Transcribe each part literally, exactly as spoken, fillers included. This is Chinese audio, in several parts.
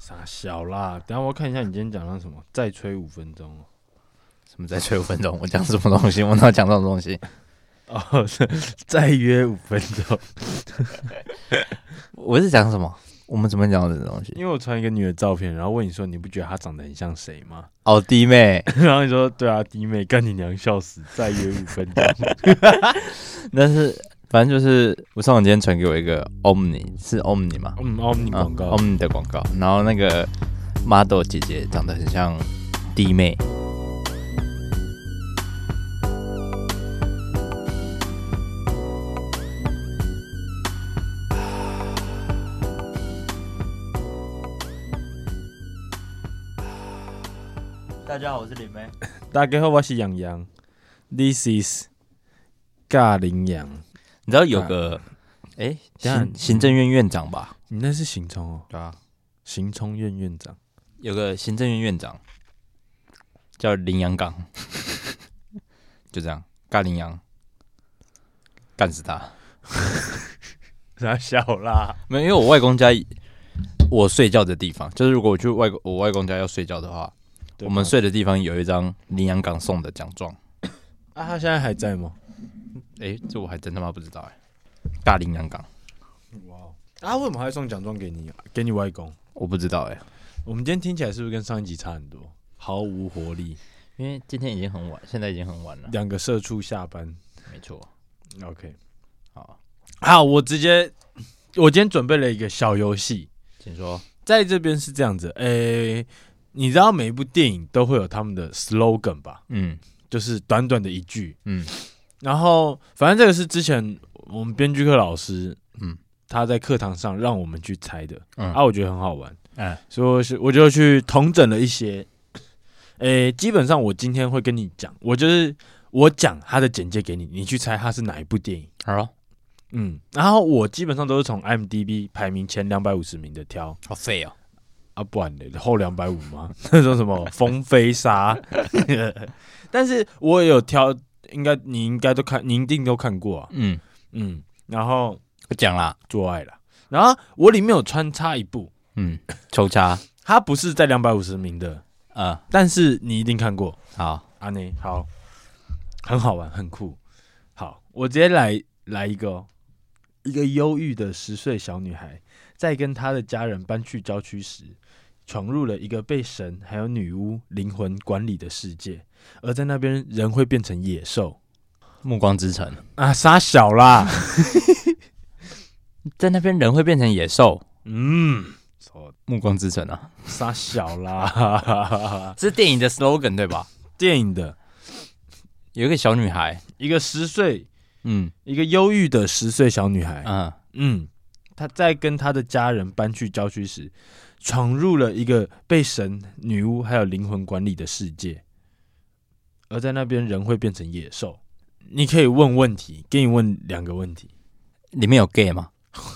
傻小啦，等一下我看一下你今天讲到什么，再吹五分钟哦。 什么再吹五分钟？我讲什么东西？我哪讲这种东西？ 哦，再约五分钟。 我是讲什么？我们怎么讲这东西？ 因为我传一个女的照片，然后问你说你不觉得她长得很像谁吗？ 哦，弟妹。 然后你说对啊，弟妹，干你娘，笑死！再约五分钟。 但是反正就是我上网今天传给我一个 Omni， 是 Omni 吗？ 嗯 ，Omni 广告、 嗯、，Omni 的广告。然后那个 model 姐姐长得很像弟妹。大家好，我是林妹。 大家好，我是杨洋。This is 尬羚羊。 你知道有个哎、欸、行行政院院长吧？ 你那是行冲哦。 对啊， 行冲院院长有个行政院院长叫林洋港，就这样尬羚羊，干死他。 傻小啦， 没有，因为我外公家，我睡觉的地方，就是如果我去外我外公家要睡觉的话。我们睡的地方有一张林洋港送的奖状。 啊，他现在还在吗？ 哎、欸，这我还真他妈不知道哎、欸。大林洋港， 哇！啊，为什么还送奖状给你？给你外公？ 我不知道哎、欸。 我们今天听起来是不是跟上一集差很多？毫无活力。 因为今天已经很晚，现在已经很晚了。 两个社畜下班， 没错。 OK， 好， 好，我直接，我今天准备了一个小游戏， 请说。 在这边是这样子，诶、欸。你知道每一部电影都会有他们的 slogan 吧？嗯，就是短短的一句。嗯，然后反正这个是之前我们编剧课老师，嗯，他在课堂上让我们去猜的。嗯，啊，我觉得很好玩。哎，所以我就去统整了一些。诶，基本上我今天会跟你讲，我就是我讲他的简介给你，你去猜他是哪一部电影。 好， 嗯，然后我基本上都是从 I M D B 排名前两百五十名的挑。 好废哦。 啊，不然嘞，后两百五吗？那种什么风飞沙，但是我也有挑，应该你应该都看，你一定都看过啊。嗯嗯，然后我讲啦， 做爱啦，然后我里面有穿插一部， 嗯，抽插， 它不是在两百五十名的，呃，但是你一定看过。 好， 阿内，好，很好玩，很酷。好，我直接来来一个、哦，一个忧郁的十岁小女孩，在跟她的家人搬去郊区时。闯入了一个被神还有女巫灵魂管理的世界，而在那边人会变成野兽。 暮光之城啊，傻小啦！ 在那边人会变成野兽。 嗯， 暮光之城啊， 傻小啦！ 这是电影的 slogan 对吧？ 电影的有一个小女孩， 一个十岁，嗯，一个忧郁的十岁小女孩，嗯嗯，她在跟她的家人搬去郊区时。闯入了一个被神、女巫还有灵魂管理的世界，而在那边人会变成野兽。你可以问问题，给你问两个问题。 里面有 gay 吗？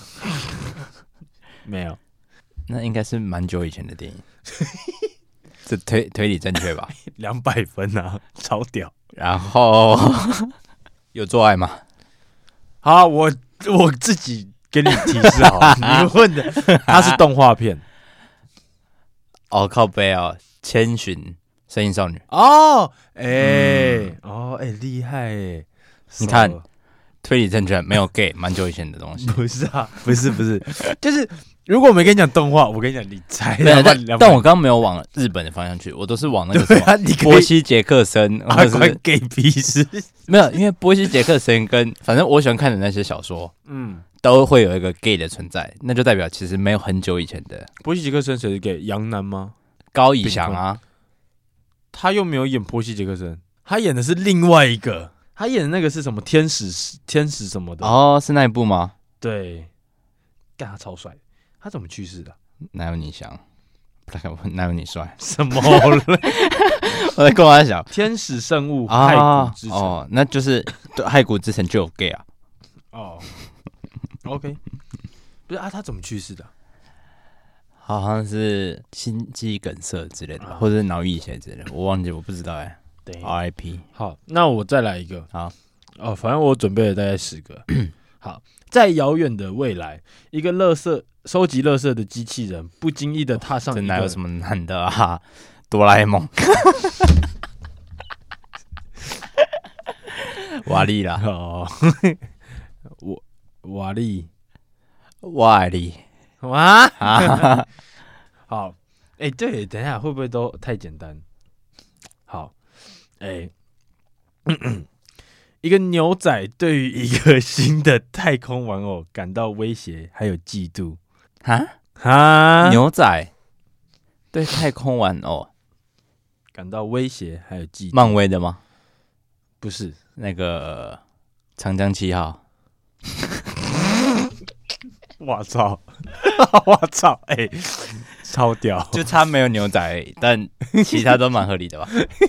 没有， 那应该是蛮久以前的电影。这推推理正确吧？ 两百分啊，超屌。 然后有做爱吗？ 好，我我自己给你提示好了。你问的，它是动画片。 哦，靠背哦，千寻声音少女哦，哎、欸嗯，哦，哎、欸，厉害哎！ 你看，推理正确，没有 gay， 蛮久以前的东西。 不是啊，不是不是，就是如果我没跟你讲动画，我跟你讲，你猜。 但但我刚刚没有往日本的方向去，我都是往那个什么、啊、波西杰克森， 或者是 gay 屁事。 没有，因为波西杰克森跟反正我喜欢看的那些小说，嗯。都会有一个 gay 的存在，那就代表其实没有很久以前的。 波西杰克森谁是 gay？ 杨楠吗？ 高以翔啊， 他又没有演波西杰克森，他演的是另外一个，他演的那个是什么天使天使什么的？ 哦，是那一部吗？ 对，干他超帅，他怎么去世的、啊？ 哪有你想？哪有你帅？ 什么了？ 我在跟他讲， 天使圣物骸骨之城、 哦，那就是骸骨之城就有 gay 啊。 哦。OK， 不是啊，他怎么去世的、啊？ 好像是心肌梗塞之类的，啊、或者是脑溢血之类的，我忘记，我不知道哎、欸。 对 ，R I P。 好，那我再来一个。 好， 哦，反正我准备了大概十个。 好，在遥远的未来，一个垃圾收集垃圾的机器人不经意的踏上一个， 这哪有什么难的啊？哆啦 A 梦，瓦力啦， 哦，我瓦力瓦力哇， 啊！ 好，哎、欸，对，等一下会不会都太简单？好，哎、欸，一个牛仔对于一个新的太空玩偶感到威胁，还有嫉妒哈哈， 牛仔对太空玩偶感到威胁，还有嫉妒。 漫威的吗？ 不是， 那个长江七号。 我操！我操！哎、欸，超屌！ 就差没有牛仔而已，但其他都蛮合理的吧？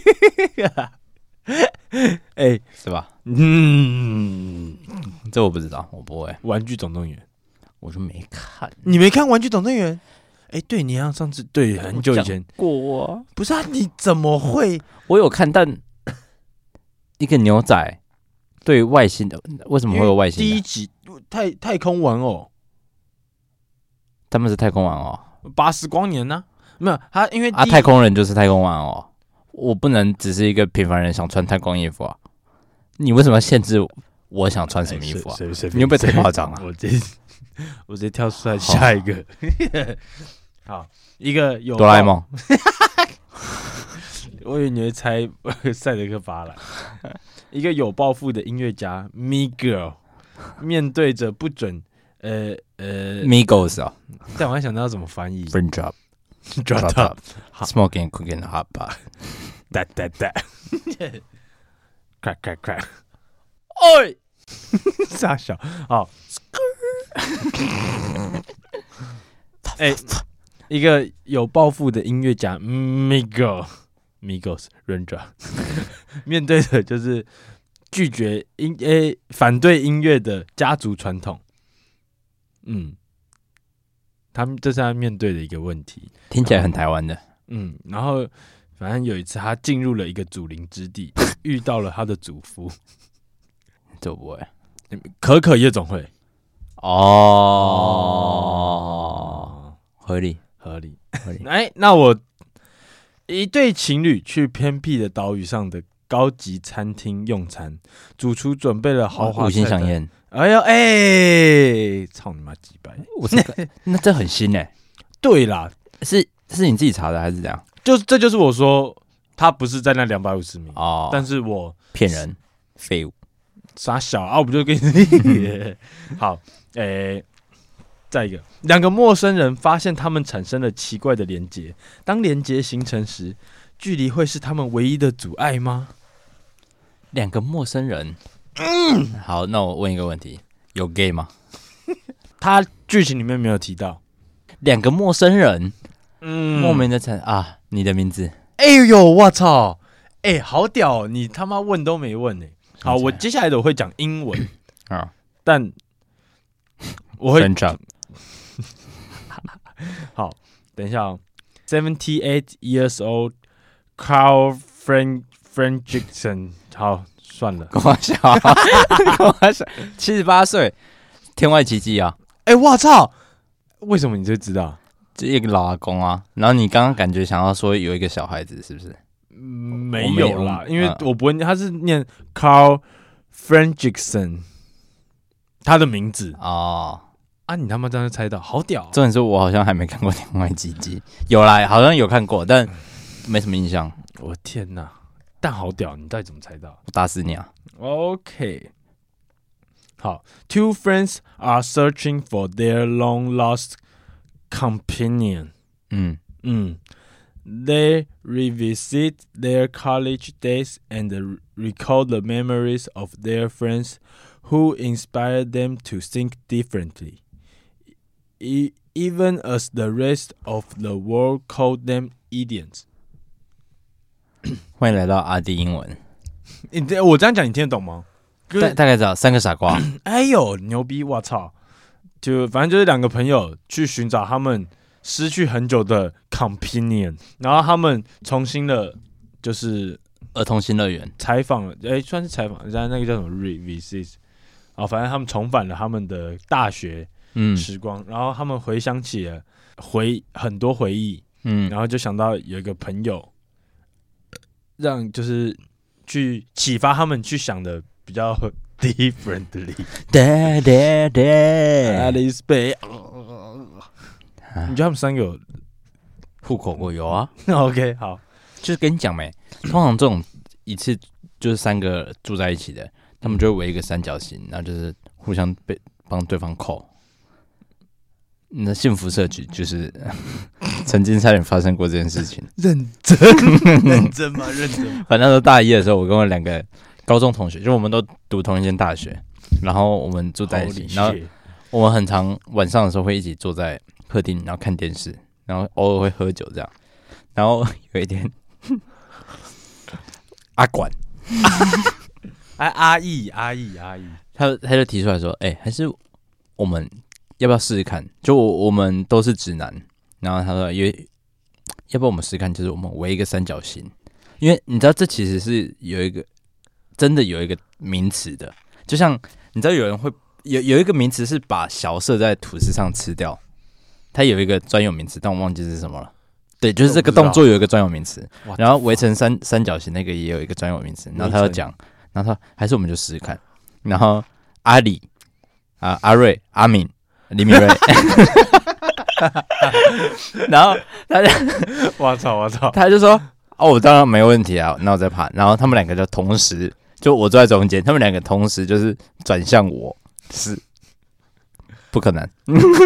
哎、欸， 是吧？ 嗯， 这我不知道，我不会。 玩具总动员， 我就没看。 你没看玩具总动员？哎、欸，对，你好像上次对很久以前过啊。 不是啊？你怎么会？ 我有看，但一个牛仔对外星的，为什么会有外星的？ 第一集太太空玩偶。 他们是太空玩偶， 巴斯光年呢、啊？没有他，因为啊，太空人就是太空玩偶，我不能只是一个平凡人想穿太空衣服啊！你为什么要限制我想穿什么衣服啊？ 欸、 你又被太夸张了！ 我直接我直接跳出来下一个，好，一个有哆啦 A 梦， 我以为你会猜赛德克巴莱，一个有抱负的音乐家 Miguel 面对着不准。呃呃 ，Migos 啊， 但我还想到怎么翻译 ，Friend Drop Drop Top Smoking Cooking Hot Pot， 哒哒哒 ，crack crack crack， 哎， 傻小，好，哎，一个有抱负的音乐家 Migos Migos Ranger， 面对的就是拒绝音诶反对音乐的家族传统。嗯，他们这是他面对的一个问题， 听起来很台湾的。 嗯，然后反正有一次他进入了一个祖灵之地，遇到了他的祖父， 这不会， 可可夜总会。 哦，合理合理合理。 哎，那我一对情侣去偏僻的岛屿上的高级餐厅用餐，主厨准备了豪华五星响宴。 哎呦哎，操你妈鸡掰！ 我那这很新哎、欸。 对啦， 是是你自己查的还是怎样？ 就这就是我说他不是在那两百五十米哦， 但是我骗人，废物， 傻小啊！我不就跟你好诶、欸，再一个，两个陌生人发现他们产生了奇怪的连结，当连结形成时，距离会是他们唯一的阻碍吗？ 两个陌生人。嗯，好，那我问一个问题，有 gay 吗？ 他剧情里面没有提到。 两个陌生人， 嗯， 莫名的产啊，你的名字？ 哎呦，我操！哎、欸，好屌、喔！你他妈问都没问呢、欸。好，我接下来的我会讲英文啊， 但我会好，等一下哦。Seventy-eight years old Carl Frank Fredrickson， 好。算了， 跟我笑，跟我笑，七十八岁，天外奇迹啊！ 哎、欸，我操！为什么你就知道？ 这一个老阿公啊。然后你刚刚感觉想要说有一个小孩子，是不是？ 嗯、没有啦， 有因为我不会，他是念 Carl Fredrickson， 他的名字哦。 啊，你他妈真的猜到，好屌、喔！ 重点是我好像还没看过《天外奇迹》，有啦，好像有看过，但没什么印象。 我天哪！但好屌，你到底怎么猜到？ 我打死你啊 ！OK， 好 ，Two friends are searching for their long lost companion。 嗯嗯 ，They revisit their college days and recall the memories of their friends who inspired them to think differently, e- even as the rest of the world called them idiots。 欢迎来到阿弟英文。 你我这样讲你听得懂吗？ 大大概知道三个傻瓜。 哎呦，牛逼！我操！就反正就是两个朋友去寻找他们失去很久的 companion， 然后他们重新的，就是儿童新乐园采访了，哎，算是采访，人家那个叫什么 revisit， 哦，反正他们重返了他们的大学时光，嗯、然后他们回想起了回很多回忆，嗯，然后就想到有一个朋友，让就是去启发他们去想的比较 differently， 对对对 ，Alice Bay， 你觉得他们三个有互口过？有啊 ，OK， 好， 就是跟你讲没，通常这种一次就是三个住在一起的，他们就会围一个三角形，然后就是互相被帮对方扣。那幸福社区就是曾经差点发生过这件事情。 认真，认真吗？认真。 反正那时候大一的时候，我跟我两个高中同学，就我们都读同一间大学，然后我们住在一起，然后我们很常晚上的时候会一起坐在客厅，然后看电视，然后偶尔会喝酒这样。然后有一天，阿管， 哎阿义阿义阿义， 他他就提出来说，哎、欸，还是我们要不要试试看？就我我们都是直男，然后他说，因为要不要我们试试看？就是我们围一个三角形，因为你知道这其实是有一个真的有一个名词的，就像你知道有人会有有一个名词是把小射在吐司上吃掉，它有一个专有名词，但我忘记是什么了。对，就是这个动作有一个专有名词，然后围成三三角形那个也有一个专有名词，然后他就讲，然后他还是我们就试试看，然后阿里啊阿瑞阿敏李敏瑞，然后他就我操我操， 他就说哦我当然没问题啊，那我再爬，然后他们两个就同时就我坐在中间，他们两个同时就是转向我，是不可能。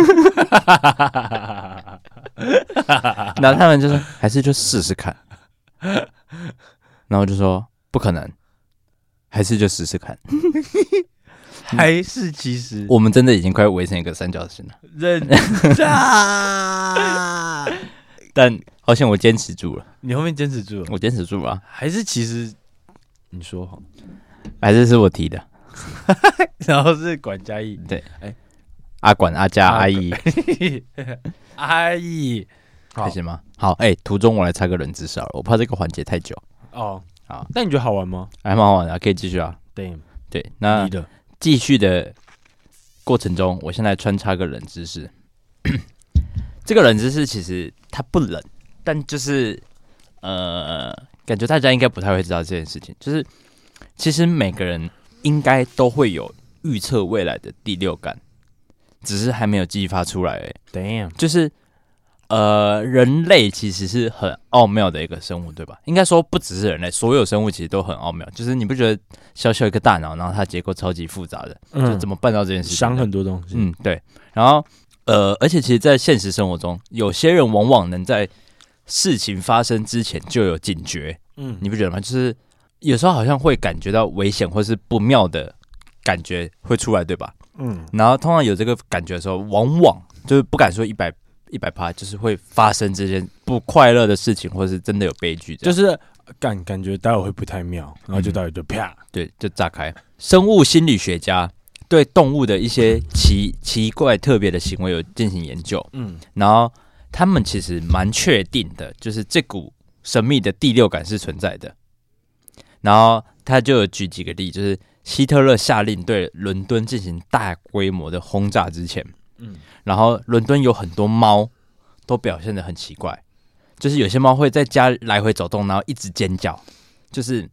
然后他们就说还是就试试看，然后我就说不可能，还是就试试看， 还是其实我们真的已经快围成一个三角形了， 认真， 但好像我坚持住了， 你后面坚持住了， 我坚持住了、啊， 还是其实你说还是是我提的， 然后是管家义， 对，哎、欸，阿管阿家阿姨。 阿姨， 开心吗？好，哎、欸，途中我来插个冷知识了，我怕这个环节太久。 哦， 好， 但你觉得好玩吗？ 还蛮好玩的、啊，可以继续啊。 对， 对，那继续的过程中，我现在穿插个冷知识。这个冷知识其实它不冷，但就是呃，感觉大家应该不太会知道这件事情。就是其实每个人应该都会有预测未来的第六感。只是还没有激发出来而已。 Damn， 就是呃，人类其实是很奥妙的一个生物，对吧？应该说不只是人类，所有生物其实都很奥妙。就是你不觉得小小一个大脑，然后它结构超级复杂的，嗯、就怎么办到这件事情？ 想很多东西。 嗯，对。然后呃，而且其实，在现实生活中，有些人往往能在事情发生之前就有警觉。嗯，你不觉得吗？就是有时候好像会感觉到危险或是不妙的感觉会出来，对吧？嗯，然后通常有这个感觉的时候，往往就是不敢说一百一百趴，就是会发生这件不快乐的事情，或是真的有悲剧， 就是感感觉待会会不太妙，然后就待会就啪， 嗯、对，就炸开。生物心理学家对动物的一些奇奇怪特别的行为有进行研究，嗯，然后他们其实蛮确定的，就是这股神秘的第六感是存在的。然后他就有举几个例，就是希特勒下令对伦敦进行大规模的轰炸之前，嗯，然后伦敦有很多猫都表现得很奇怪，就是有些猫会在家来回走动，然后一直尖叫，就是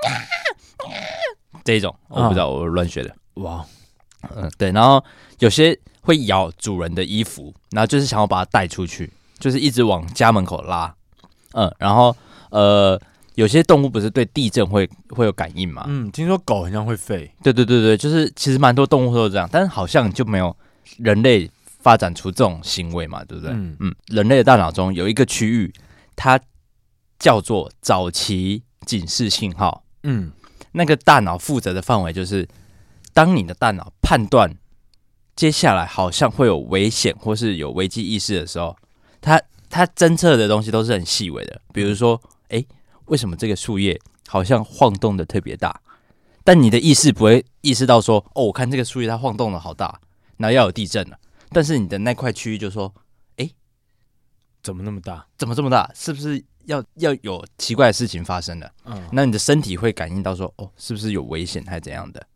这一种，我不知道，我乱学的。哇，嗯，对，然后有些会咬主人的衣服，然后就是想要把它带出去，就是一直往家门口拉，嗯，然后呃。有些动物不是对地震会会有感应吗？ 嗯，听说狗很像会吠。 对对对对，就是其实蛮多动物都是这样，但是好像就没有人类发展出这种行为嘛，对不对？嗯嗯，人类的大脑中有一个区域，它叫做早期警示信号。嗯，那个大脑负责的范围就是，当你的大脑判断接下来好像会有危险或是有危机意识的时候，它它侦测的东西都是很细微的，比如说，哎。为什么这个树叶好像晃动的特别大？但你的意识不会意识到说，哦，我看这个树叶它晃动的好大，然后要有地震了。但是你的那块区域就说，哎， 怎么那么大？ 怎么这么大？是不是要要有奇怪的事情发生了？嗯，那你的身体会感应到说，哦，是不是有危险还是怎样的？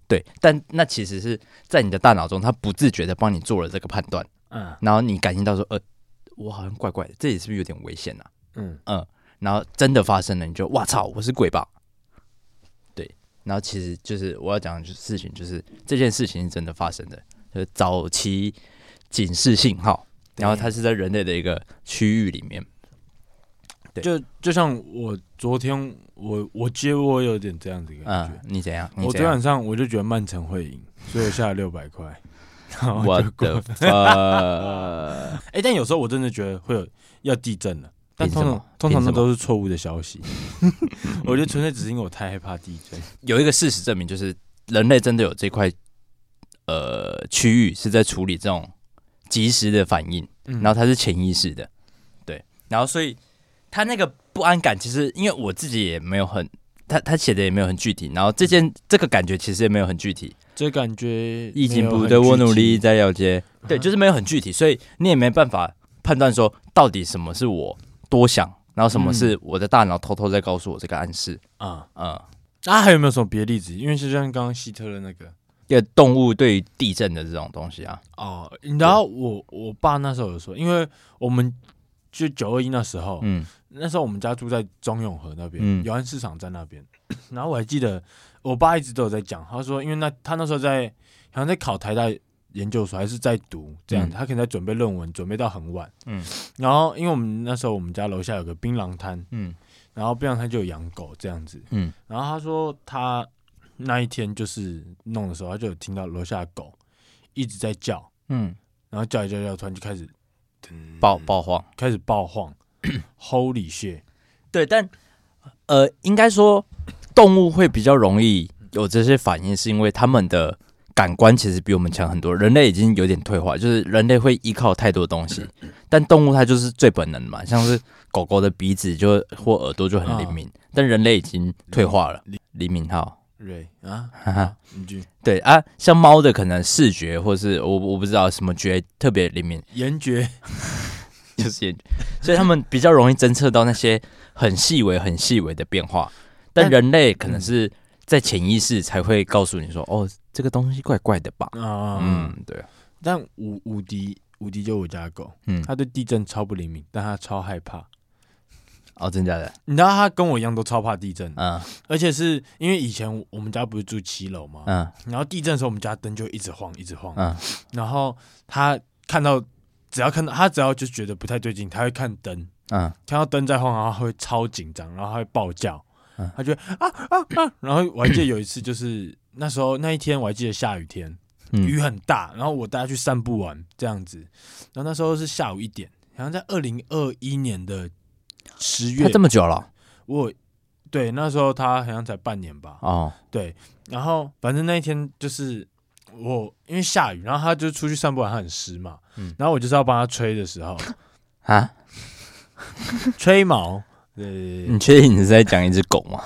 对，但那其实是在你的大脑中，它不自觉的帮你做了这个判断，嗯，然后你感应到说，呃，我好像怪怪的，这里是不是有点危险啊？嗯嗯，然后真的发生了，你就哇操，我是鬼吧？对，然后其实就是我要讲的事情，就是这件事情是真的发生的，就是早期警示信号，然后它是在人类的一个区域里面。对， 就就像我昨天，我我觉得我有点这样子的感觉。 嗯，你怎样？你怎样我昨天晚上我就觉得曼城会赢，所以我下了六百块。 我的妈！ 哎，但有时候我真的觉得会有要地震了。但通常通常那都是错误的消息，我觉得纯粹只是因为我太害怕地震。 有一个事实证明，就是人类真的有这块呃区域是在处理这种即时的反应，嗯、然后它是潜意识的，对，然后所以他那个不安感，其实因为我自己也没有很，他他写的也没有很具体，然后这件、嗯、这个感觉其实也没有很具体， 这感觉已经不得我努力在了解，对，就是没有很具体，所以你也没办法判断说到底什么是我多想，然后什么是我的大脑偷偷在告诉我这个暗示啊啊、嗯嗯！啊，还有没有什么别的例子？因为就像刚刚希特勒那个， 一个动物对于地震的这种东西啊。 哦，然后我我爸那时候有说，因为我们就九二一那时候，嗯，那时候我们家住在中永和那边，嗯，永安市场在那边。然后我还记得我爸一直都有在讲，他说，因为那他那时候在好像在考台大研究所，还是在读这样子，嗯、他可能在准备论文，准备到很晚。嗯，然后因为我们那时候我们家楼下有个槟榔摊，嗯，然后槟榔摊就有养狗这样子，嗯，然后他说他那一天就是弄的时候，他就有听到楼下的狗一直在叫，嗯，然后叫一叫叫，突然就开始爆爆晃， 开始爆晃，Holy shit！ 对，但呃，应该说动物会比较容易有这些反应，是因为他们的感官其实比我们强很多，人类已经有点退化，就是人类会依靠太多东西，但动物它就是最本能的嘛，像是狗狗的鼻子就或耳朵就很灵敏，啊、但人类已经退化了，灵敏号。 对啊，哈哈， 对啊，像猫的可能视觉或是我我不知道什么觉特别灵敏， 眼觉就是眼觉，所以他们比较容易侦测到那些很细微、很细微的变化，但人类可能是在潜意识才会告诉你说，哦，这个东西怪怪的吧？啊，嗯，对啊。 但伍伍迪伍迪就我家的狗，嗯，他对地震超不灵敏，但他超害怕。 哦，真假的？ 你知道他跟我一样都超怕地震，嗯，而且是因为以前我们家不是住七楼嘛，嗯，然后地震的时候我们家灯就一直晃，一直晃，嗯，然后他看到只要看到他只要就觉得不太对劲，他会看灯，嗯，看到灯在晃，然后他会超紧张，然后他会暴叫，嗯，他就会啊啊啊，然后我还记得有一次就是那时候那一天我还记得下雨天，嗯、雨很大，然后我带他去散步玩这样子，然后那时候是下午一点，好像在二零二一年的十月， 他这么久了， 我对那时候他好像才半年吧。哦，对，然后反正那一天就是我因为下雨，然后他就出去散步，他很湿嘛，嗯，然后我就是要帮他吹的时候啊，吹毛。对， 你确定你是在讲一只狗吗？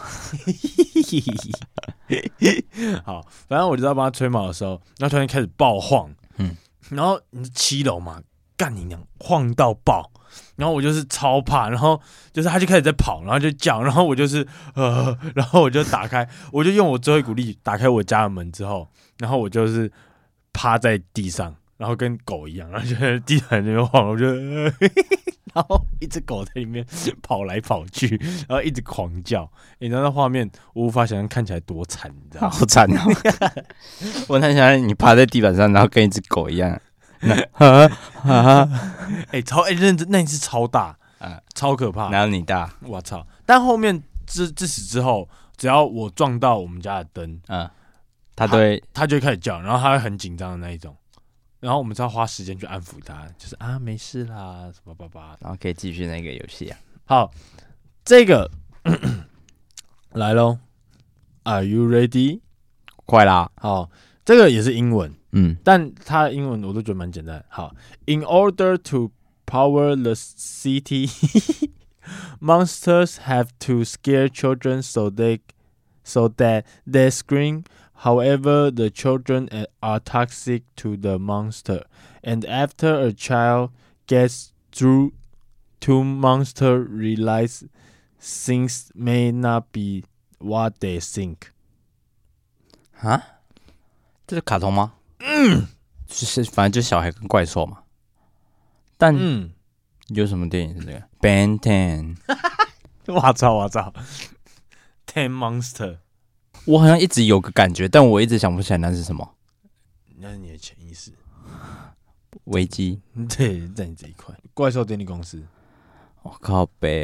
好，反正我就要帮他吹毛的时候，然后突然开始爆晃，嗯，然后你七楼嘛，干你娘，晃到爆。然后我就是超怕，然后就是他就开始在跑，然后就叫，然后我就是呃，然后我就打开，我就用我最后一股力打开我家的门之后，然后我就是趴在地上，然后跟狗一样，然后就在地板那边晃，我就、呃，然后一只狗在里面跑来跑去，然后一直狂叫，你知道那画面我无法想象看起来多惨，你知道吗？ 好惨哦！我很想让你趴在地板上，然后跟一只狗一样。哈哈， 哎，超哎，认真，那一次超大啊，超可怕。 哪有你大？ 我操！但后面自自此之后，只要我撞到我们家的灯，嗯， 他对他就会开始叫，然后他会很紧张的那一种，然后我们只要花时间去安抚他，就是啊，没事啦，什么爸爸， 然后可以继续那个游戏啊。 好，这个咳咳来咯 Are you ready？ 快啦！ 好，这个也是英文。嗯，但它的英文我都觉得蛮简单。好 ，In order to power the city, monsters have to scare children so they so that they scream. However, the children are toxic to the monster, and after a child gets through to monster, realize things may not be what they think. 啊？ 这是卡通吗？嗯，就是反正就是小孩跟怪兽嘛。但嗯，有什么电影是这个 ？Ben Ten， 我操我操 ，Ten Monster， 我好像一直有个感觉，但我一直想不起来那是什么。 那是你的潜意识。 危机， 对，在你这一块。怪兽电力公司， 我、哦、靠北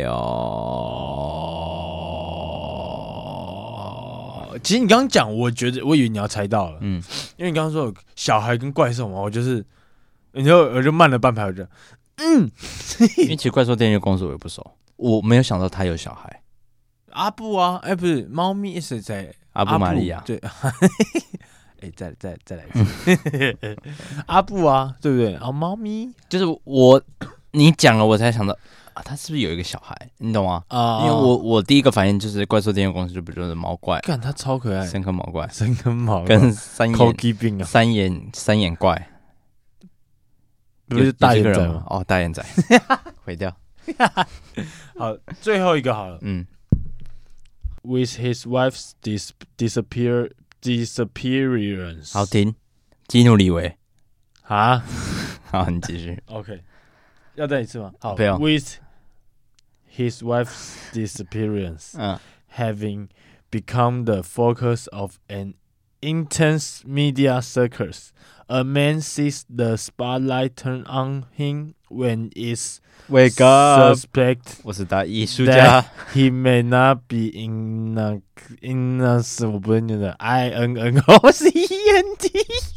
哦。 其实你刚刚讲，我觉得我以为你要猜到了，嗯，因为你刚刚说有小孩跟怪兽嘛，我就是，你就我就慢了半拍，我就，嗯， 因为其实怪兽电力公司我也不熟，我没有想到他有小孩。 阿布啊，哎、欸，不是，猫咪是在阿布玛利亚， 对。哎、欸，再再再来一次，阿布啊，对不对？啊，猫咪就是我，你讲了我才想到啊，他是不是有一个小孩？你懂吗？啊，因为我我第一个反应就是怪兽电力公司，就不就是猫怪？ 看它超可爱， 深坑毛怪， 深坑毛跟三眼病啊， 三眼三眼怪， 不是大眼仔吗？ 哦，大眼仔，毁掉。 好，最后一个好了，嗯 ，With his wife's dis disappear。Disappearance， 好听，基努里维啊， 好，你继续。 OK， 要再一次吗？好 ，With his wife's disappearance， 嗯 having become the focus of an intense media circus, a man sees the spotlight turn on him when it's Wake up， suspect 我是大艺术家 he may not be in a in a 我不会念的 I N N O C E N T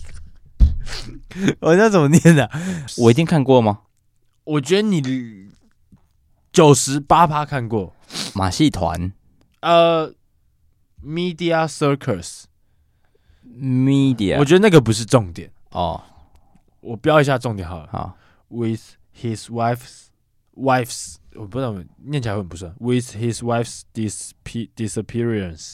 我那怎么念的、啊？ 我一定看过吗？ 我觉得你九十八趴看过马戏团， 呃 ，Media Circus，Media， 我觉得那个不是重点哦。 我标一下重点好了。 好 ，With his wife's wife's， 我不知道念起来会不顺。With his wife's dis disappearance，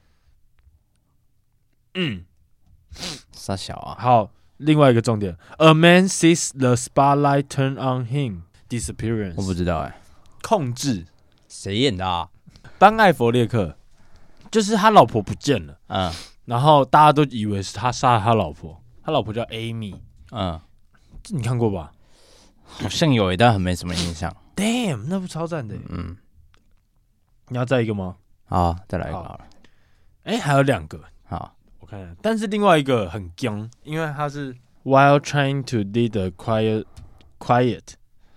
嗯， 傻小啊。 好，另外一个重点 ，A man sees the spotlight turn on him. Disappearance， 我不知道哎、欸。 控制， 谁演的啊？ 班艾弗列克，就是他老婆不见了，嗯，然后大家都以为是他杀了他老婆，他老婆叫 Amy， 嗯，你看过吧？ 好像有一，但很没什么印象。 Damn， 那不超赞的。嗯，你要再一个吗？ 好，再来一个好了。 哎、欸，还有两个。 好， 我看看。但是另外一个很僵，因为他是 While trying to lead a quiet, quiet,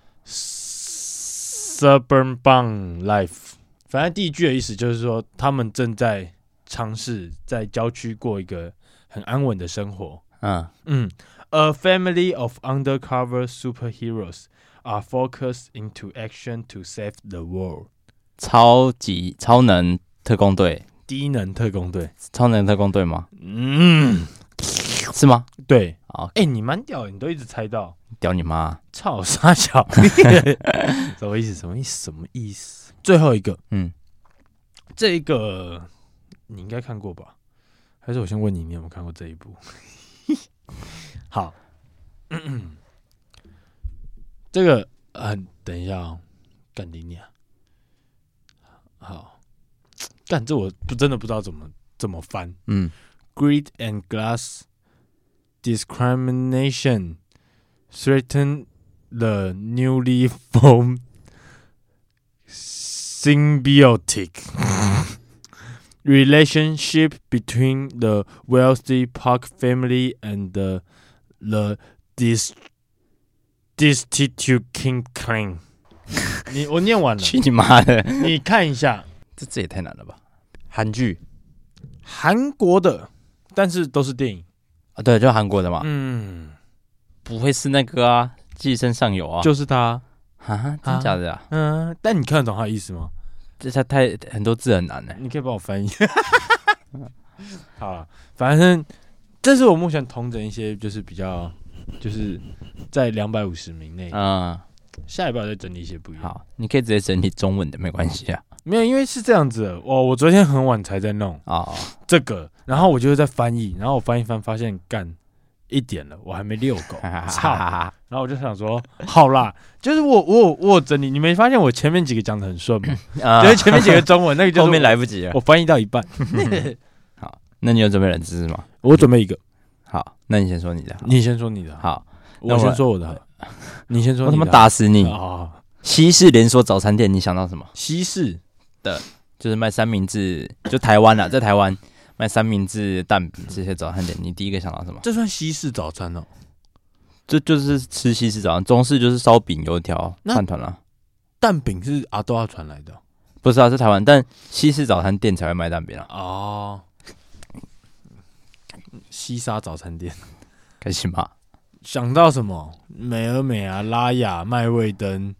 suburban life。反正第一句的意思就是说，他们正在尝试在郊区过一个很安稳的生活。嗯嗯。A family of undercover superheroes are focused into action to save the world. 超级超能特工队， 低能特工队， 超能特工队吗？嗯，是吗？ 对，好，哎、欸，你蛮屌的，你都一直猜到， 屌你妈！ 操傻小，什么意思？什么意思？什么意思？最后一个，嗯，这一个你应该看过吧？还是我先问你，你有没有看过这一部？好，嗯嗯，这个很、呃，等一下哦，干你娘！好，干这我不真的不知道怎么怎么翻。嗯 ，Greed and class discrimination threaten the newly formed symbiotic relationship between the wealthy Park family and the the dis destitute King Clan。你我念完了， 去你妈的！ 你看一下， 这这也太难了吧？韩剧， 韩国的，但是都是电影啊，对，就韩国的嘛。嗯，不会是那个啊，《寄生上流》啊？ 就是他啊？真假的啊？ 嗯，但你看得懂他的意思吗？ 这他太很多字很难呢、欸， 你可以帮我翻译。好了，反正这是我目前统整一些，就是比较，就是在两百五十名内。嗯，下一步再整理一些不一样。 好，你可以直接整理中文的，没关系啊。 没有，因为是这样子的，我我昨天很晚才在弄啊这个，然后我就在翻译，然后我翻一翻发现干一点了，我还没遛狗，操！然后我就想说，好啦，就是我我我有整理，你没发现我前面几个讲的很顺吗？啊、就是前面几个中文，那个就是后面来不及了， 我翻译到一半。 好，那你有准备冷知识吗？ 我准备一个。 那你先说你的， 你先说你的， 好， 我先说我的，你先说你的。 我他妈打死你！哦，西式连锁早餐店，你想到什么？ 西式的，就是卖三明治，就台湾啦，在台湾卖三明治、蛋饼这些早餐店，你第一个想到什么？ 这算西式早餐哦？ 这就是吃西式早餐，中式就是烧饼、油条、饭团啦。 蛋饼是阿多亚传来的， 不是啊，是台湾，但西式早餐店才会卖蛋饼啊。 哦，西沙早餐店， 开心吗？ 想到什么？美而美啊，拉雅、麦味登。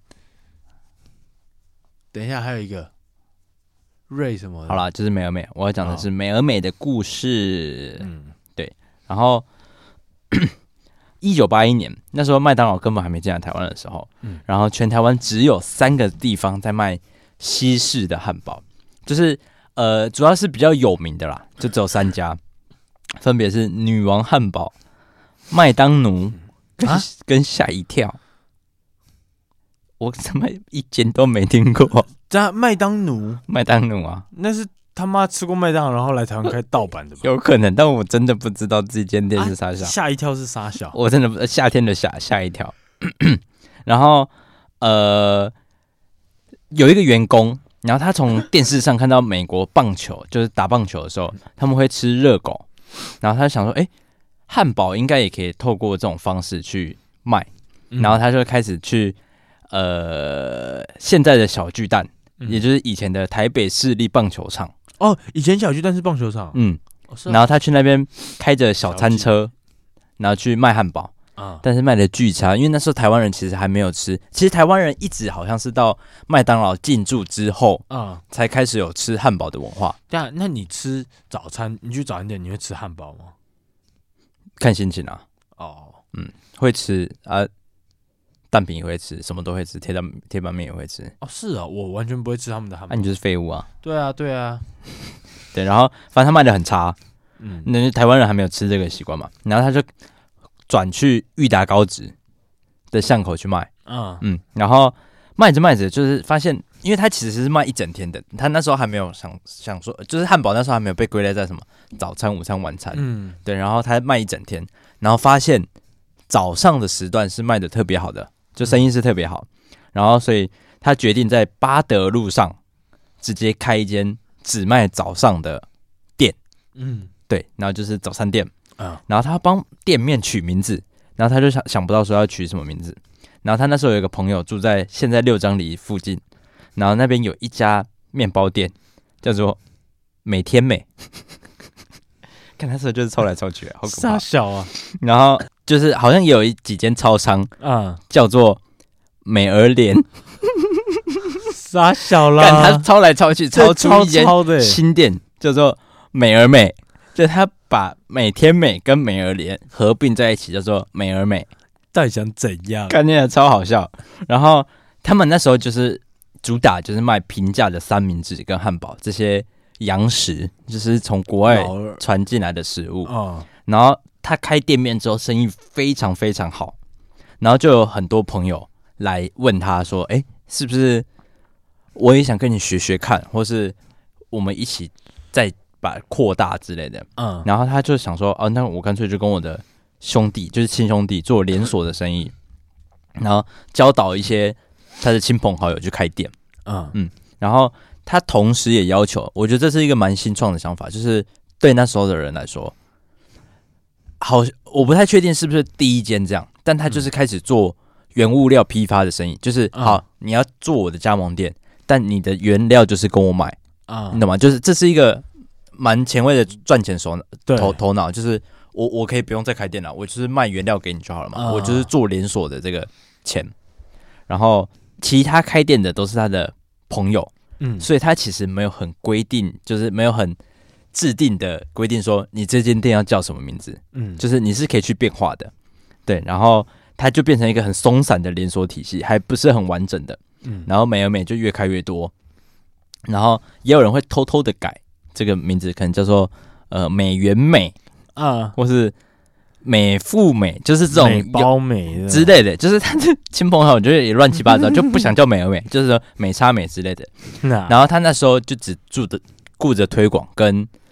等一下，还有一个瑞什么的？ 好啦，就是美而美。我要讲的是美而美的故事。嗯，对。然后，一九八一年那时候，麦当劳根本还没进来台湾的时候，嗯，然后全台湾只有三个地方在卖西式的汉堡，就是呃，主要是比较有名的啦，就只有三家，分别是女王汉堡、麦当奴跟、啊、跟吓一跳。我怎么一间都没听过？ 这麦当奴， 麦当奴啊， 那是他妈吃过麦当劳，然后来台湾开盗版的吧？ 有可能，但我真的不知道这间店是啥小。 吓、啊、一跳是啥小？ 我真的不，夏天的吓吓一跳。然后呃，有一个员工，然后他从电视上看到美国棒球，就是打棒球的时候，他们会吃热狗，然后他就想说，哎、欸，汉堡应该也可以透过这种方式去卖，然后他就开始去。呃，现在的小巨蛋，嗯、也就是以前的台北市立棒球场哦，以前小巨蛋是棒球场， 嗯，哦啊、然后他去那边开着小餐车，然后去卖汉堡啊，但是卖的巨差，因为那时候台湾人其实还没有吃，其实台湾人一直好像是到麦当劳进驻之后啊，才开始有吃汉堡的文化。 对啊，那你吃早餐，你去早餐店你会吃汉堡吗？ 看心情啊，哦，嗯，会吃啊。蛋饼也会吃，什么都会吃，铁板铁板面也会吃。 哦，是啊，我完全不会吃他们的汉堡。 那、啊、你就是废物啊！ 对啊，对啊， 对。然后反正他卖的很差，嗯，那台湾人还没有吃这个习惯嘛，然后他就转去裕达高职的巷口去卖，嗯嗯，然后卖着卖着就是发现，因为他其实是卖一整天的，他那时候还没有想想说，就是汉堡那时候还没有被归类在什么早餐、午餐、晚餐，嗯，对，然后他卖一整天，然后发现早上的时段是卖的特别好的。就生意是特别好，然后所以他决定在八德路上直接开一间只卖早上的店，嗯，对，然后就是早餐店，啊，然后他帮店面取名字，然后他就想想不到说要取什么名字，然后他那时候有一个朋友住在现在六张里附近，然后那边有一家面包店叫做美天美，看那时候就是抽来抽去，好可怕， 傻小啊， 然后。就是好像也有一几间超商，嗯，叫做美而莲， 傻小啦， 但他抄来抄去，抄出一间新店，叫做美而美，就他把美天美跟美而莲合并在一起，叫做美而美。 到底想怎样？ 看起来超好笑。然后他们那时候就是主打就是卖平价的三明治跟汉堡这些洋食，就是从国外传进来的食物，嗯，然后。他开店面之后，生意非常非常好，然后就有很多朋友来问他说：“哎、欸，是不是我也想跟你学学看，或是我们一起再把扩大之类的？”嗯，然后他就想说：“哦，那我干脆就跟我的兄弟，就是亲兄弟，做连锁的生意，然后教导一些他的亲朋好友去开店。”嗯嗯，然后他同时也要求，我觉得这是一个蛮新创的想法，就是对那时候的人来说。好，我不太确定是不是第一间这样，但他就是开始做原物料批发的生意，就是好，你要做我的加盟店，但你的原料就是跟我买啊，你懂吗？就是这是一个蛮前卫的赚钱手头头脑，就是我我可以不用再开店了，我就是卖原料给你就好了嘛，我就是做连锁的这个钱，然后其他开店的都是他的朋友，嗯，所以他其实没有很规定，就是没有很。制定的规定说你这间店要叫什么名字，嗯，就是你是可以去变化的，对，然后它就变成一个很松散的连锁体系，还不是很完整的，嗯，然后美而美就越开越多，然后也有人会偷偷的改这个名字，可能叫做呃美元美啊，或是美富美，就是这种美包美之类的，就是他的亲朋好友觉得也乱七八糟，就不想叫美而美，就是说美差美之类的，然后他那时候就只住的顾着推广跟。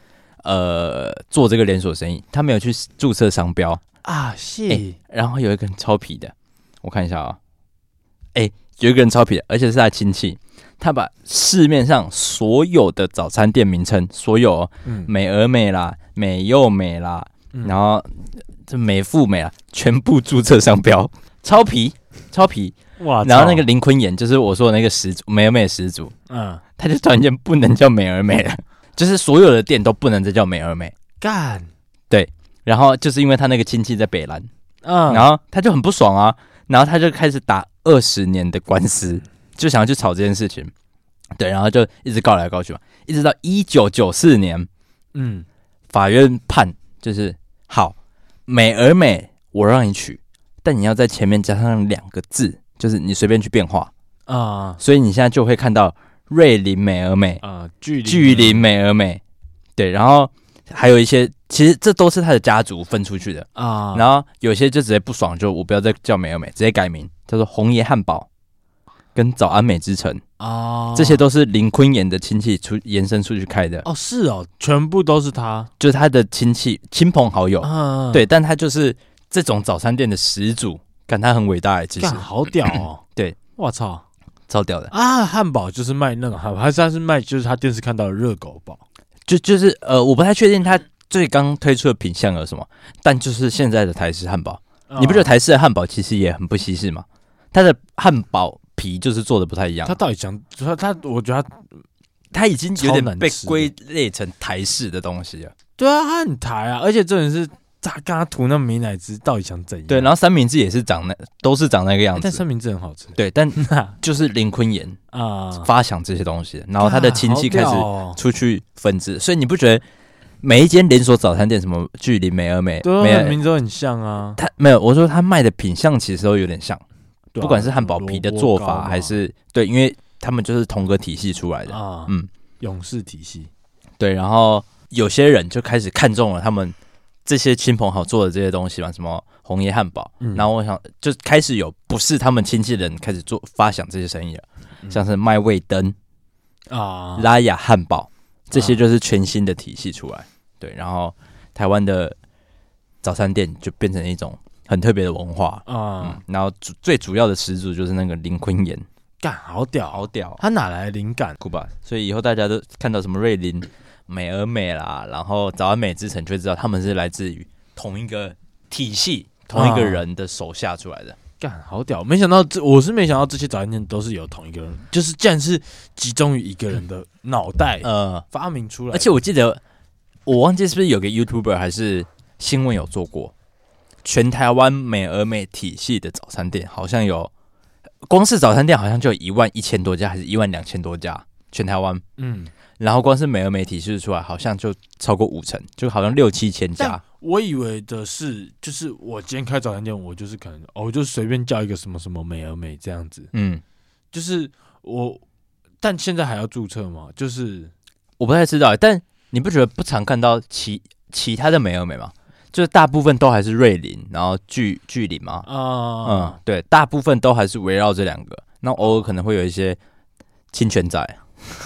呃做这个连锁生意，他没有去注册商标啊，是、 欸。然后有一个人超皮的，我看一下啊、哦，哎、欸，有一个人超皮的，而且是他亲戚，他把市面上所有的早餐店名称，所有、哦嗯、美而美啦、美又美啦，嗯、然后这美富美啦，全部注册商标，超皮，超皮。哇！然后那个林坤炎就是我说的那个始祖，美而美始祖，嗯，他就突然间不能叫美而美了，就是所有的店都不能再叫美而美， 干， 对，然后就是因为他那个亲戚在北兰，嗯，然后他就很不爽啊，然后他就开始打二十年的官司，就想要去吵这件事情，对，然后就一直告来告去嘛，一直到一九九四年，嗯，法院判就是好，美而美我让你取，但你要在前面加上两个字。就是你随便去变化啊，所以你现在就会看到瑞林美而美啊，巨林美而美，对，然后还有一些，其实这都是他的家族分出去的啊。然后有些就直接不爽，就我不要再叫美而美，直接改名叫做红爷汉堡跟早安美之城啊，这些都是林坤炎的亲戚出延伸出去开的哦，是哦，全部都是他， 就是他的亲戚亲朋好友，啊、对，但他就是这种早餐店的始祖。感他很伟大哎，其实好屌哦！ 对， 我操， 超屌的啊！汉堡就是卖那种汉堡，还是他是卖就是他电视看到的热狗堡？ 就就是呃，我不太确定他最刚推出的品项有什么，但就是现在的台式汉堡，哦、你不觉得台式的汉堡其实也很不西式吗？它的汉堡皮就是做的不太一样。 他到底想他他，我觉得他他已经有点被归类成台式的东西了。 对啊，他很台啊，而且重点是。他刚刚涂那美乃滋到底想怎样？ 对，然后三明治也是长那，都是长那个样子。 但三明治很好吃。 对，但就是林坤炎啊发想这些东西，然后他的亲戚开始出去分支，所以你不觉得每一间连锁早餐店，什么巨林、美而美， 对，名字都很像啊。 他没有，我说他卖的品相其实都有点像，不管是汉堡皮的做法还是对，因为他们就是同个体系出来的啊。嗯， 勇士体系。 对，然后有些人就开始看中了他们。这些亲朋好做的这些东西嘛，什么红爷汉堡，嗯、然后我想就开始有不是他们亲戚的人开始做发想这些生意了，嗯、像是麦味登啊、拉雅汉堡，这些就是全新的体系出来。对，然后台湾的早餐店就变成一种很特别的文化啊、嗯。然后主最主要的始祖就是那个林坤炎， 干好屌好屌， 他哪来的灵感？ 酷吧？所以以后大家都看到什么瑞林。美而美啦，然后早安美之城就会知道他们是来自于同一个体系、同一个人的手下出来的。 干、啊、好屌！没想到这，我是没想到这些早餐店都是有同一个人，就是竟然是集中于一个人的脑袋呃发明出来的。 而且我记得我忘记是不是有个 YouTuber 还是新闻有做过，全台湾美而美体系的早餐店好像有，光是早餐店好像就有一万一千多家，还是一万两千多家，全台湾。嗯。然后光是美而美体系出来，好像就超过五成，就好像六七千家。 我以为的是，就是我今天开早餐店，我就是可能哦，我就随便叫一个什么什么美而美这样子。嗯，就是我，但现在还要注册吗？就是我不太知道，但你不觉得不常看到其其他的美而美吗？就是大部分都还是瑞林，然后巨巨林嘛。啊、哦，嗯，对，大部分都还是围绕这两个。那偶尔可能会有一些侵权仔。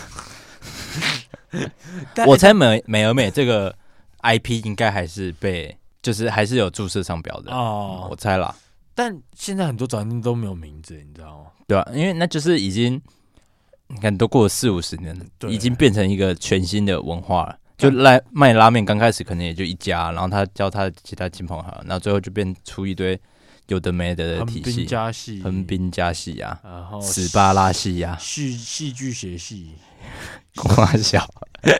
我猜美美而美这个 I P 应该还是被，就是还是有注册商标的哦，我猜啦。 但现在很多早餐店都没有名字，你知道吗？ 对啊，因为那就是已经，你看都过了四五十年了，已经变成一个全新的文化了。就来卖拉面，刚开始可能也就一家，然后他教他其他亲朋好友，然后最后就变出一堆有的没的的体系，横滨加系、 横滨加系啊，然后史巴拉系啊， 戏戏剧学系。 瓜小，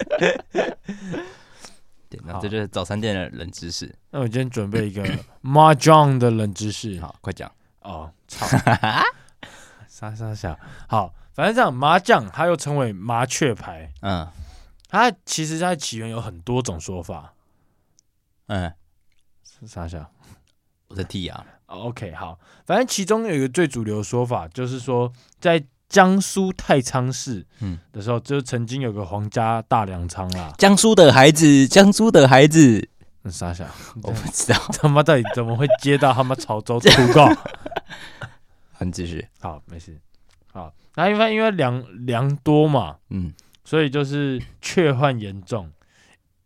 对，那这就是早餐店的冷知识。 那我今天准备一个麻将的冷知识， 好，快讲。 哦，操，傻傻小，好，反正这样麻将它又称为麻雀牌，嗯，它其实它起源有很多种说法，嗯，傻小， 我在剔牙。 OK， 好，反正其中有一个最主流的说法，就是说在江苏太仓市的时候，嗯、就曾经有个皇家大粮仓啦。 江苏的孩子，江苏的孩子， 傻小， 我不知道他妈到底怎么会接到他妈潮州土告？ 你继续， 好，没事。好，那因为因为粮粮多嘛，嗯，所以就是雀患严重，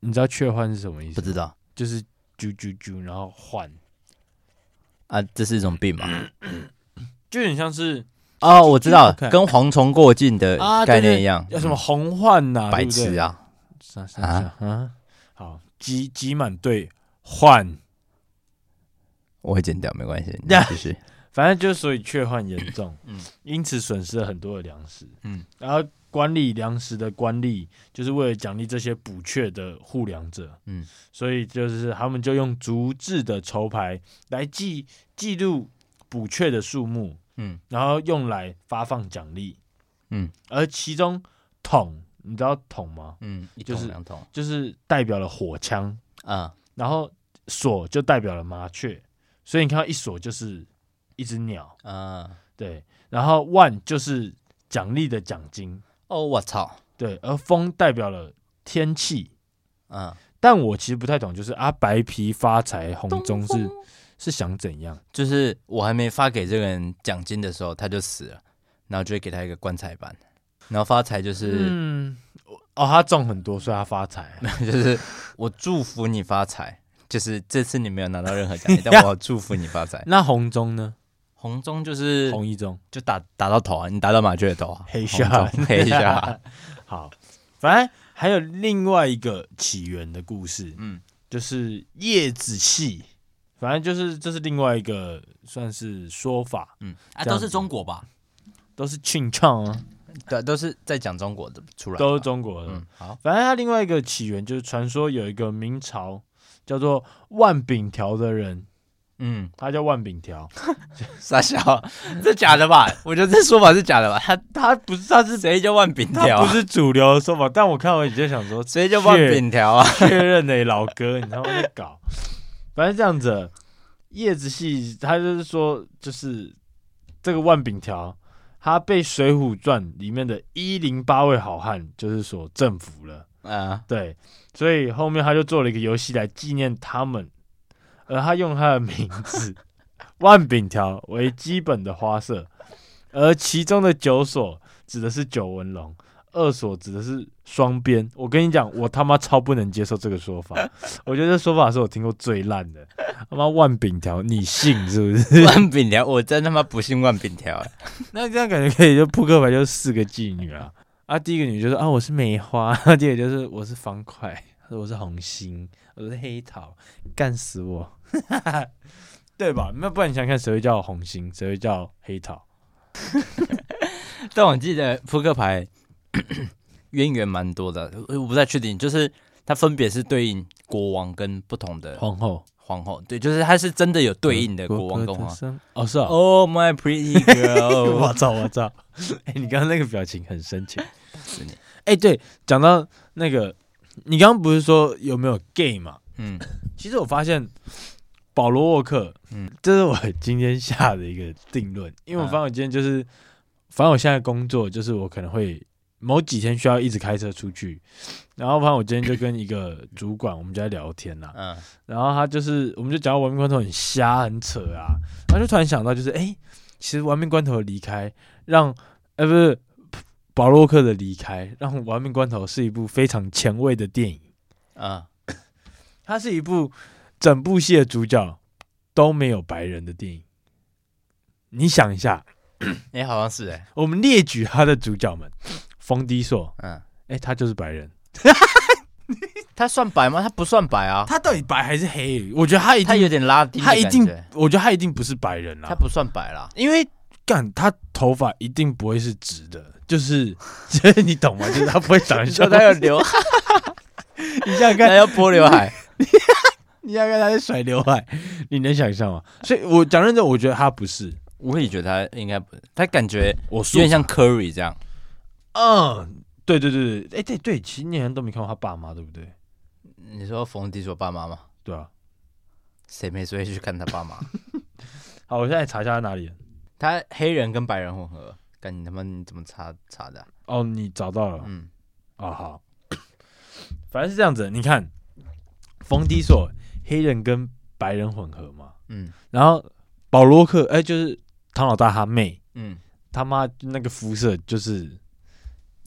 你知道雀换是什么意思？ 不知道， 就是啾啾啾，然后换啊，这是一种病吧？ 就有点像是哦，我知道，跟蝗虫过境的概念一样。 要什么红换呐？ 白痴啊！ 啊啊！好，挤挤满队换， 我会剪掉，没关系，继续。 反正就所以雀患严重，嗯，因此损失了很多的粮食，嗯，然后管理粮食的官吏就是为了奖励这些捕雀的护粮者，嗯，所以就是他们就用竹制的筹牌来记记录捕雀的数目，嗯，然后用来发放奖励，嗯，而其中桶，你知道桶吗？嗯，一桶两桶，就是代表了火枪啊，然后锁就代表了麻雀，所以你看到一锁就是一只鸟啊，对，然后万就是奖励的奖金。 哦，我操！ 对，而风代表了天气，嗯，但我其实不太懂，就是啊，白皮发财，红中是是想怎样？ 就是我还没发给这个人奖金的时候，他就死了，然后就会给他一个棺材板，然后发财就是， 嗯，哦，他中很多，所以他发财， 就是我祝福你发财，就是这次你没有拿到任何奖励，但我祝福你发财。 那红中呢？ 红中就是红一中， 就打打到头啊，你打到麻雀的头啊， 黑下黑下。 好，反正还有另外一个起源的故事，嗯，就是叶子戏，反正就是这是另外一个算是说法， 嗯，啊，都是中国吧， 都是庆唱啊， 对，都是在讲中国的出来， 都是中国的。嗯，好，反正它另外一个起源就是传说有一个明朝叫做万秉条的人。嗯，他叫万秉条， 傻笑，这假的吧？我觉得这说法是假的吧？他他不是，他是谁叫万秉条、 啊？他不是主流的说法，但我看完你就想说， 谁叫万秉条啊？ 确认的、欸、老哥，你他妈在搞？反正这样子，叶子戏他就是说，就是这个万秉条，他被《水浒传》里面的一零八位好汉就是所征服了啊，对，所以后面他就做了一个游戏来纪念他们。而他用他的名字万秉条为基本的花色，而其中的九所指的是九纹龙，二所指的是双边。我跟你讲，我他妈超不能接受这个说法，我觉得这说法是我听过最烂的。他妈万秉条，你信是不是？ 万秉条，我真他妈不信万秉条。 那这样感觉可以，就扑克牌就是四个妓女啊。啊，第一个女就说啊我是梅花，第二个就是我是方块，我是红心，我是黑桃，干死我。对吧？那不然你想看谁会叫红心，谁会叫黑桃？ 但我记得扑克牌渊源蛮多的，我不太确定，就是它分别是对应国王跟不同的皇后。 皇后，对，就是它是真的有对应的国王跟皇后。 哦，是啊。 Oh my pretty girl！ 我操，我操！哎、欸，你刚刚那个表情很深情。是你。哎、欸，对，讲到那个，你刚刚不是说有没有 gay 嘛？嗯，其实我发现。保罗沃克，嗯，这是我今天下的一个定论，因为我发现我今天就是，反正我现在工作就是我可能会某几天需要一直开车出去，然后反正我今天就跟一个主管我们就在聊天啦，嗯，然后他就是我们就讲到玩命关头很瞎很扯啊，然后就突然想到就是，哎、欸，其实玩命关头的离开让，呃不是保罗沃克的离开让玩命关头是一部非常前卫的电影啊，它是一部。整部戏的主角都没有白人的电影，你想一下， 哎、欸，好像是哎、欸。 我们列举他的主角们，冯迪索，嗯，哎、欸，他就是白人， 他算白吗？他不算白啊。 他到底白还是黑？我觉得他一定， 他有点拉丁， 他一定，我觉得他一定不是白人啦。 他不算白啦， 因为干他头发一定不会是直的，就是就是你懂吗？就是他不会长得像他有刘海， 你想想看， 他要拨刘海。 你要看他在甩刘海，你能想象吗？所以我讲认真，我觉得他不是， 我也觉得他应该不是，他感觉我有点像 Curry 这样。 嗯，对对对对，哎、欸、对对，其实你人都没看过他爸妈，对不对？ 你说冯迪索爸妈吗？ 对啊， 谁没事去看他爸妈？ 好，我现在查一下他哪里人。 他黑人跟白人混合，干你他妈你怎么查查的、啊？ 哦，你找到了，嗯，哦好，反正是这样子，你看冯迪索。黑人跟白人混合嘛，嗯，然后保罗克，哎、欸，就是唐老大他妹，嗯，他妈那个肤色就是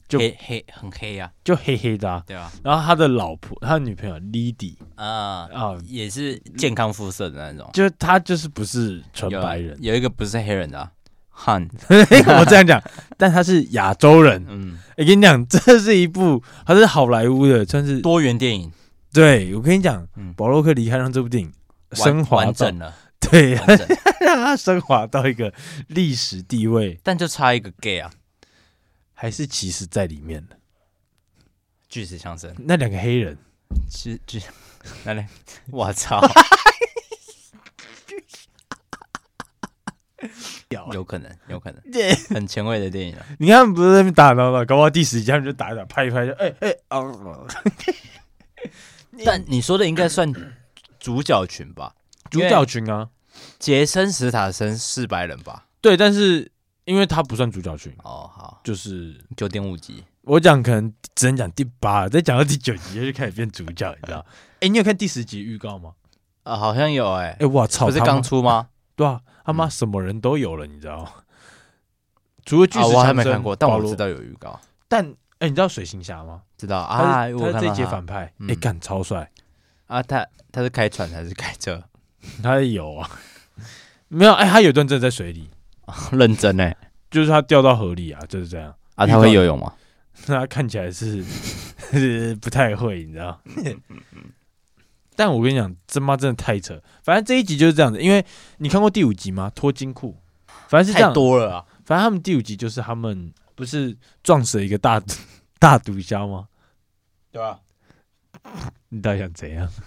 就黑黑很黑啊， 就黑黑的、啊， 对啊。 然后他的老婆，他的女朋友 Lady 啊啊，也是健康肤色的那种， 就是他就是不是纯白人， 有, 有一个不是黑人的、啊。汉， 我这样讲，但他是亚洲人。嗯，我、欸、跟你讲，这是一部，他是好莱坞的，算是多元电影。 对，我跟你讲，嗯、保罗克离开让这部电影升华完整了， 对，让他升华到一个历史地位。 但就差一个 gay 啊， 还是其实在里面的巨石强森， 那两个黑人， 巨巨，那两，我操！有可能，有可能，很前卫的电影啊！ 你看，不是在那边打闹闹，搞不好第十集他们就打一打，拍一拍，就哎哎哦。 但你说的应该算主角群吧？ 主角群啊， 杰森·史塔森是白人吧？ 对，但是因为他不算主角群哦，好， 就是九点五集。 我讲可能只能讲第八，再讲到第九集就开始变主角，你知道？哎、欸，你有看第十集预告吗？ 啊，好像有哎、欸。 哎、欸，我操， 不是刚出吗？ 对啊，他妈什么人都有了，你知道吗？除了巨石强森、 啊，我还没看过，但我知道有预告。 但哎、欸，你知道水行侠吗？ 知道啊， 他是这一节反派，哎、欸，干超帅啊！他他是开船还是开车？ 他有啊，没有哎、欸，他有段真的在水里， 认真哎、欸， 就是他掉到河里啊，就是这样啊。他会游泳吗？ 他看起来是不太会，你知道。但我跟你讲，这妈真的太扯。反正这一集就是这样子，因为你看过第五集吗？脱金裤，反正是这样。 太多了啊！ 反正他们第五集就是他们不是撞死了一个大大毒枭吗？ 对啊。 你到底想怎样？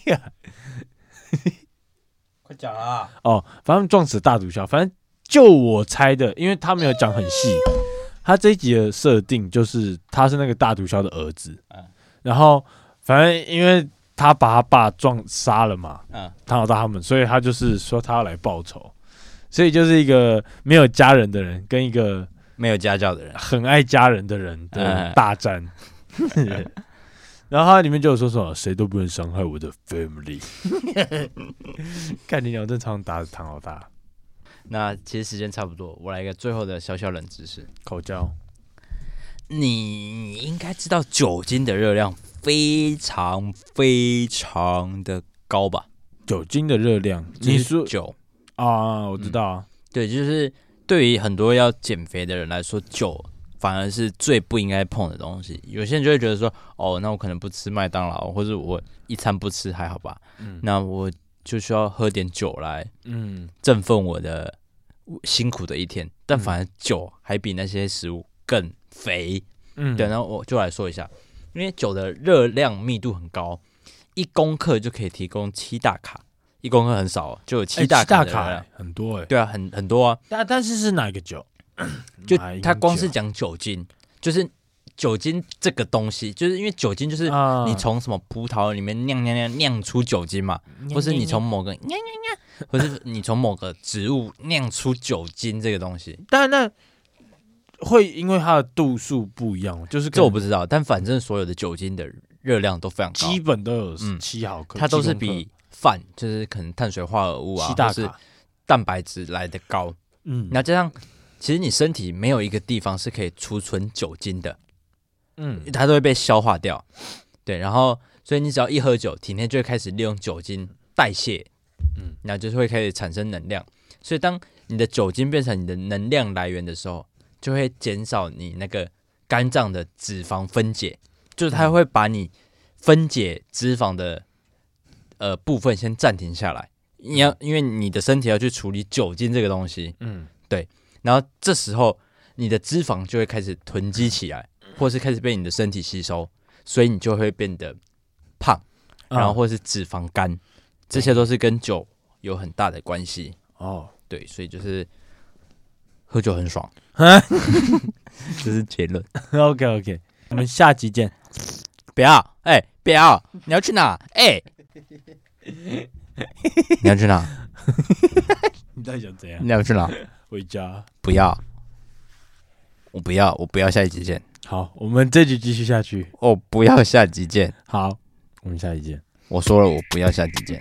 快讲啊！ 哦，反正撞死了大毒枭。反正就我猜的，因为他没有讲很细。他这一集的设定就是他是那个大毒枭的儿子，嗯、然后反正因为他把他爸撞杀了嘛，嗯，唐老大他们，所以他就是说他要来报仇，所以就是一个没有家人的人跟一个没有家教的人， 很爱家人的人的大战。嗯、然后他里面就有说什么谁都不能伤害我的 family， 看你俩正常打着唐老大。 那其实时间差不多，我来一个最后的小小冷知识。 口交， 你应该知道酒精的热量非常非常的高吧？ 酒精的热量，你说酒啊？我知道啊、嗯。 对，就是对于很多要减肥的人来说，酒反而是最不应该碰的东西。有些人就会觉得说，哦，那我可能不吃麦当劳，或者我一餐不吃还好吧？嗯，那我就需要喝点酒来，嗯，振奋我的辛苦的一天。但反而酒还比那些食物更肥，嗯，对。然后我就来说一下，因为酒的热量密度很高，一公克就可以提供七大卡，一公克很少、哦，就有七大卡的热量、欸、 七大卡、欸、很多哎、欸， 对啊，很很多啊。 但但是是哪一个酒？ 就他光是讲酒精，就是酒精这个东西，就是因为酒精就是你从什么葡萄里面酿酿酿酿出酒精嘛，或是你从某个酿酿酿，或是你从某个植物酿出酒精这个东西。 但那会因为它的度数不一样，就是这我不知道，但反正所有的酒精的热量都非常高， 基本都有七毫克、嗯， 它都是比饭就是可能碳水化合物啊，或是蛋白质来的高。嗯，那加上其实你身体没有一个地方是可以储存酒精的，嗯，它都会被消化掉。对，然后所以你只要一喝酒，体内就会开始利用酒精代谢，嗯，那就是会开始产生能量。所以当你的酒精变成你的能量来源的时候，就会减少你那个肝脏的脂肪分解，就是它会把你分解脂肪的呃部分先暂停下来。你要因为你的身体要去处理酒精这个东西，嗯，对。然后这时候你的脂肪就会开始囤积起来，或是开始被你的身体吸收，所以你就会变得胖，然后或是脂肪肝，这些都是跟酒有很大的关系哦。对，所以就是喝酒很爽，这是结论。 OK OK， 我们下集见。 不要，哎、欸，不要，你要去哪？哎、欸，你要去哪？ 你到底想怎样？ 你要去哪？ 回家。 不要，我不要，我不要下一集见。 好，我们这集继续下去。 哦，不要下集见。 好，我们下集见。 我说了，我不要下集见。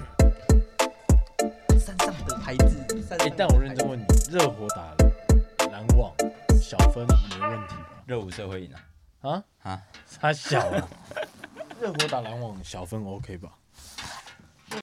山上的牌子。 欸、但我认真问你，热火打篮热舞社会赢啊？ 啊啊， 他小啊，热火打篮网小分 OK 吧？